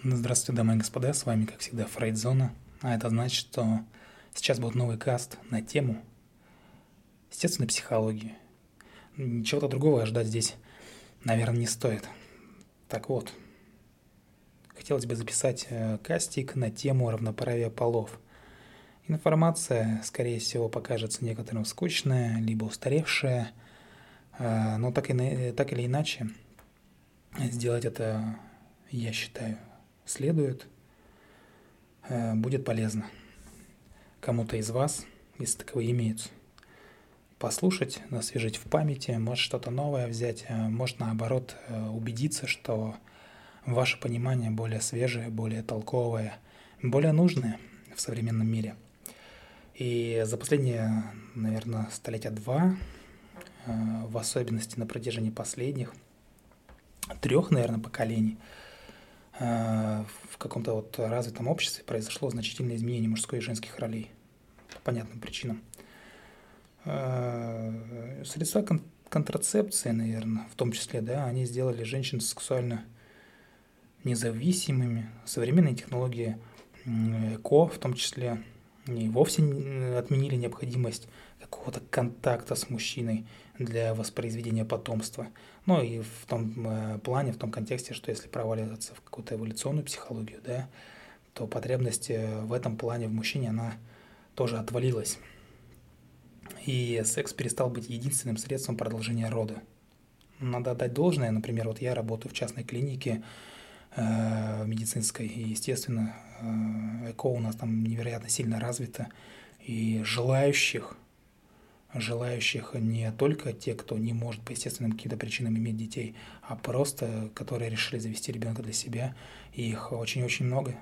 Здравствуйте, дамы и господа, с вами, как всегда, Фрейдзона. А это значит, что сейчас будет новый каст на тему естественной психологии. Ничего-то другого ждать здесь, наверное, не стоит. Так вот, хотелось бы записать кастик на тему равноправия полов. Информация, скорее всего, покажется некоторым скучная, либо устаревшая, но так или иначе сделать это, я считаю, следует, будет полезно кому-то из вас, если таковые имеются. Послушать, освежить в памяти, может что-то новое взять, может наоборот убедиться, что ваше понимание более свежее, более толковое, более нужное в современном мире. И за последние, наверное, столетия два, в особенности на протяжении последних 3, наверное, поколений, в каком-то вот развитом обществе произошло значительное изменение мужской и женских ролей по понятным причинам. Средства контрацепции, наверное, в том числе, да, они сделали женщин сексуально независимыми. Современные технологии ЭКО, в том числе, и вовсе отменили необходимость какого-то контакта с мужчиной для воспроизведения потомства. Ну и в том плане, в том контексте, что если проваливаться в какую-то эволюционную психологию, да, то потребность в этом плане в мужчине, она тоже отвалилась. И секс перестал быть единственным средством продолжения рода. Надо отдать должное, например, вот я работаю в частной клинике медицинской, и, естественно, ЭКО у нас там невероятно сильно развито, и желающих не только те, кто не может по естественным каким-то причинам иметь детей, а просто, которые решили завести ребенка для себя, и их очень-очень много.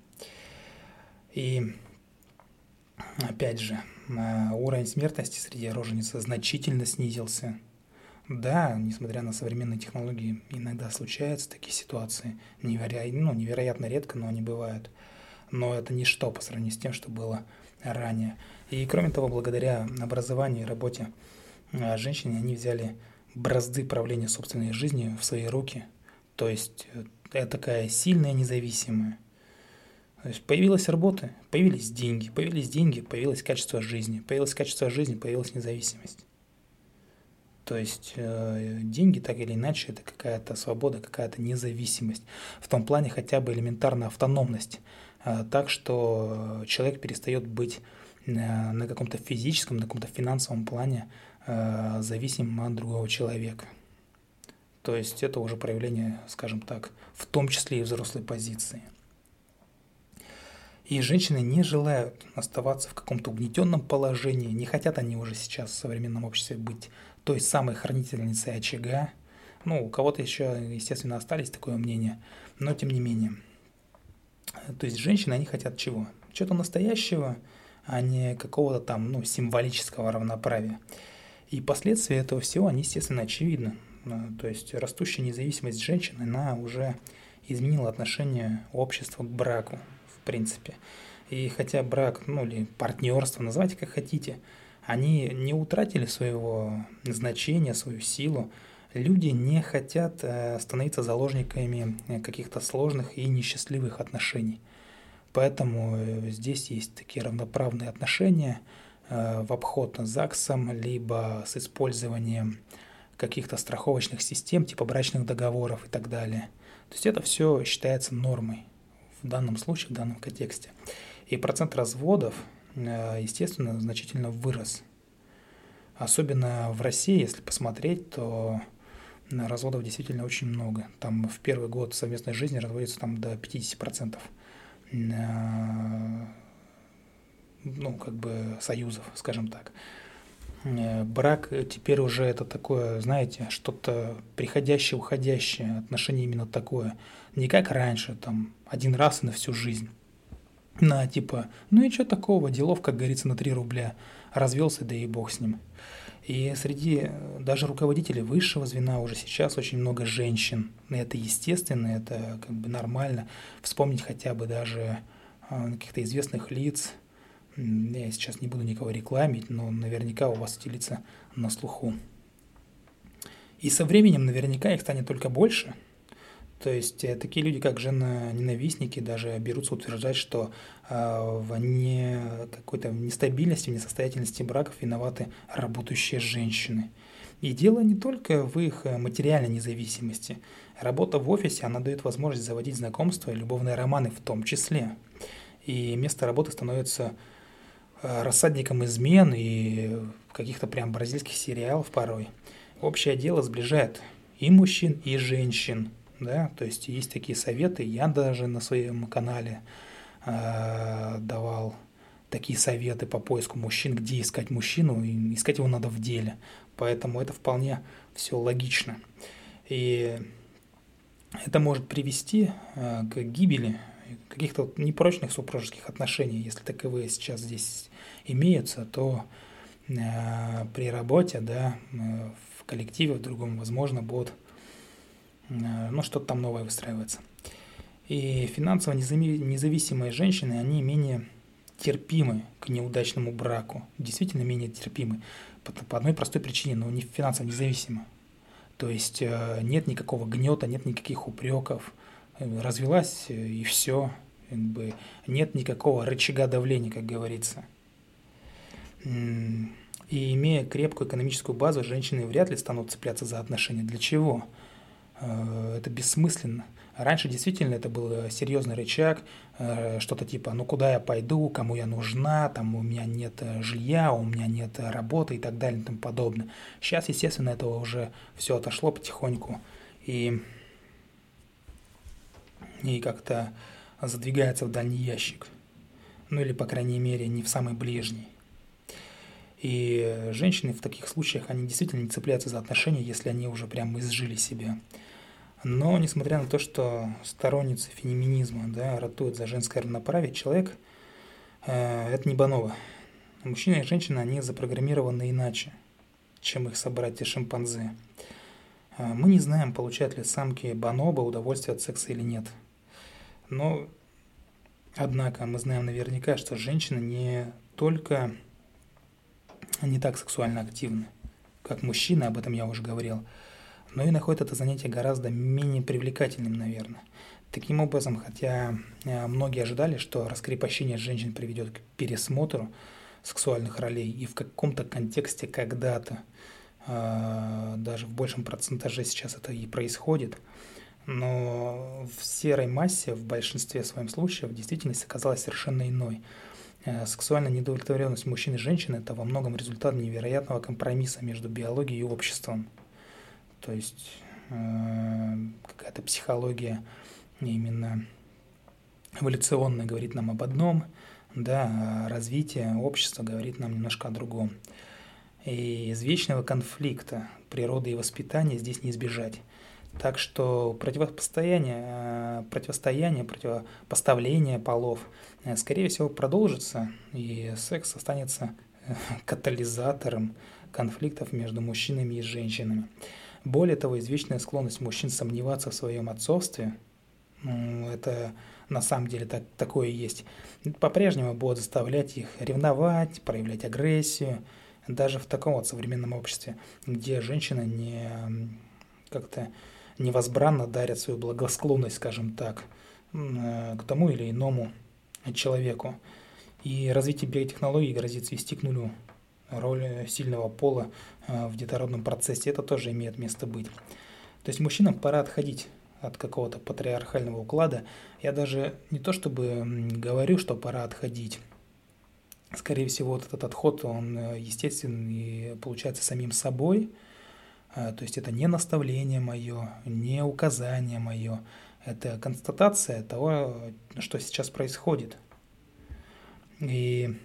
И опять же, уровень смертности среди рожениц значительно снизился. Да, несмотря на современные технологии, иногда случаются такие ситуации, невероятно редко, но они бывают. Но это ничто по сравнению с тем, что было ранее. И кроме того, благодаря образованию и работе женщины, они взяли бразды правления собственной жизнью в свои руки. То есть это такая сильная, независимая. То есть появилась работа, появились деньги, появилось качество жизни, появилась независимость. То есть деньги, так или иначе, это какая-то свобода, какая-то независимость. В том плане хотя бы элементарная автономность. Так что человек перестает быть на каком-то физическом, на каком-то финансовом плане зависимым от другого человека. То есть это уже проявление, скажем так, в том числе и взрослой позиции. И женщины не желают оставаться в каком-то угнетенном положении, не хотят они уже сейчас в современном обществе быть той самой хранительницей очага. Ну, у кого-то еще, естественно, остались такое мнение, но тем не менее. То есть женщины, они хотят чего? Чего-то настоящего, а не какого-то там, символического равноправия. И последствия этого всего, они, естественно, очевидны. То есть растущая независимость женщин, она уже изменила отношение общества к браку, в принципе. И хотя брак, или партнерство, называйте как хотите, они не утратили своего значения, свою силу. Люди не хотят становиться заложниками каких-то сложных и несчастливых отношений. Поэтому здесь есть такие равноправные отношения в обход ЗАГСом, либо с использованием каких-то страховочных систем, типа брачных договоров и так далее. То есть это все считается нормой в данном случае, в данном контексте. И процент разводов, естественно, значительно вырос. Особенно в России, если посмотреть, то разводов действительно очень много. Там в первый год совместной жизни разводится там до 50%. Союзов, скажем так. Брак теперь уже это такое, знаете, что-то приходящее, уходящее, отношение именно такое. Не как раньше, там, один раз и на всю жизнь. И что такого, делов, как говорится, на 3 рубля. Развелся, да и бог с ним. И среди даже руководителей высшего звена уже сейчас очень много женщин. Это естественно, это нормально. Вспомнить хотя бы даже каких-то известных лиц. Я сейчас не буду никого рекламить, но наверняка у вас эти лица на слуху. И со временем наверняка их станет только больше. То есть такие люди, как жена-ненавистники, даже берутся утверждать, что в какой-то нестабильности, в несостоятельности браков виноваты работающие женщины. И дело не только в их материальной независимости. Работа в офисе, она дает возможность заводить знакомства и любовные романы в том числе. И место работы становится рассадником измен и каких-то прям бразильских сериалов порой. Общее дело сближает и мужчин, и женщин. Да? То есть есть такие советы, я даже на своем канале давал такие советы по поиску мужчин, где искать мужчину, и искать его надо в деле. Поэтому это вполне все логично. И это может привести к гибели каких-то непрочных супружеских отношений. Если таковые сейчас здесь имеются, то при работе, да, в коллективе, в другом, возможно, будут что-то там новое выстраиваться. И финансово независимые женщины, они менее терпимы к неудачному браку. Действительно менее терпимы. По одной простой причине, но не финансово независимы. То есть нет никакого гнета, нет никаких упреков. Развелась и все. Нет никакого рычага давления, как говорится. И имея крепкую экономическую базу, женщины вряд ли станут цепляться за отношения. Для чего? Это бессмысленно. Раньше действительно это был серьезный рычаг, что-то типа, куда я пойду, кому я нужна, там у меня нет жилья, у меня нет работы и так далее и тому подобное. Сейчас, естественно, этого уже все отошло потихоньку и как-то задвигается в дальний ящик. Или, по крайней мере, не в самый ближний. И женщины в таких случаях, они действительно не цепляются за отношения, если они уже прям изжили себя. Но, несмотря на то, что сторонницы феминизма, да, ратуют за женское равноправие, человек это не бонобо. Мужчина и женщина, они запрограммированы иначе, чем их собратья-шимпанзе. Мы не знаем, получают ли самки бонобо удовольствие от секса или нет. Но, однако, мы знаем наверняка, что женщины не только не так сексуально активны, как мужчины, об этом я уже говорил, но и находят это занятие гораздо менее привлекательным, наверное. Таким образом, хотя многие ожидали, что раскрепощение женщин приведет к пересмотру сексуальных ролей, и в каком-то контексте когда-то, даже в большем процентаже сейчас это и происходит, но в серой массе, в большинстве своем случаев, действительность оказалась совершенно иной. Сексуальная недовлетворенность мужчин и женщин – это во многом результат невероятного компромисса между биологией и обществом. То есть какая-то психология именно эволюционная говорит нам об одном, да, а развитие общества говорит нам немножко о другом. И из вечного конфликта природы и воспитания здесь не избежать. Так что противопоставление полов, скорее всего, продолжится, и секс останется катализатором конфликтов между мужчинами и женщинами. Более того, извечная склонность мужчин сомневаться в своем отцовстве, это на самом деле такое и есть, по-прежнему будет заставлять их ревновать, проявлять агрессию, даже в таком вот современном обществе, где женщины как-то невозбранно дарят свою благосклонность, скажем так, к тому или иному человеку. И развитие биотехнологий грозит свести к нулю роль сильного пола в детородном процессе. Это тоже имеет место быть. То есть мужчинам пора отходить от какого-то патриархального уклада. Я даже не то чтобы говорю, что пора отходить. Скорее всего, вот этот отход, он естественный и получается самим собой. То есть это не наставление мое, не указание мое. Это констатация того, что сейчас происходит. И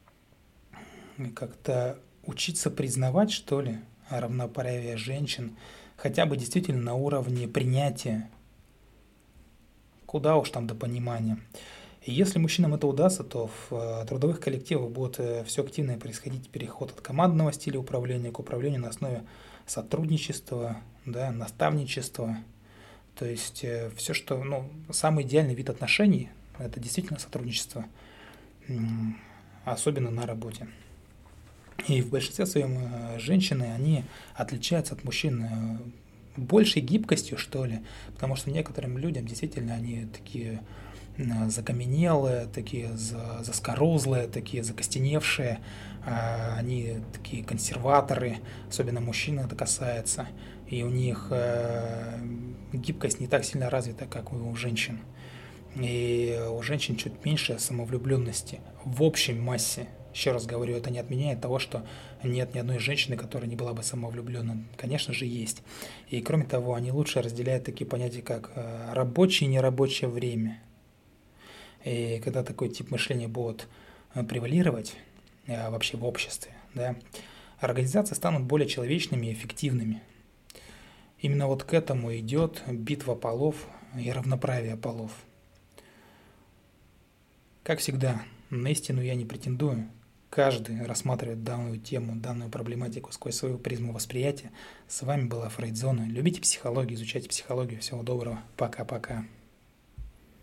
как-то учиться признавать, что ли, равноправие женщин, хотя бы действительно на уровне принятия, куда уж там до понимания. И если мужчинам это удастся, то в трудовых коллективах будет все активнее происходить переход от командного стиля управления к управлению на основе сотрудничества, да, наставничества. То есть все, что, самый идеальный вид отношений, это действительно сотрудничество, особенно на работе. И в большинстве своем женщины, они отличаются от мужчин большей гибкостью, что ли, потому что некоторым людям действительно они такие закаменелые, такие заскорузлые, такие закостеневшие, они такие консерваторы, особенно мужчин это касается, и у них гибкость не так сильно развита, как у женщин. И у женщин чуть меньше самовлюбленности в общей массе. Еще раз говорю, это не отменяет того, что нет ни одной женщины, которая не была бы самовлюбленна. Конечно же, есть. И кроме того, они лучше разделяют такие понятия, как рабочее и нерабочее время. И когда такой тип мышления будет превалировать вообще в обществе, да, организации станут более человечными и эффективными. Именно вот к этому идет битва полов и равноправие полов. Как всегда, на истину я не претендую. Каждый рассматривает данную тему, данную проблематику сквозь свою призму восприятия. С вами была Фрейдзона. Любите психологию, изучайте психологию. Всего доброго. Пока-пока.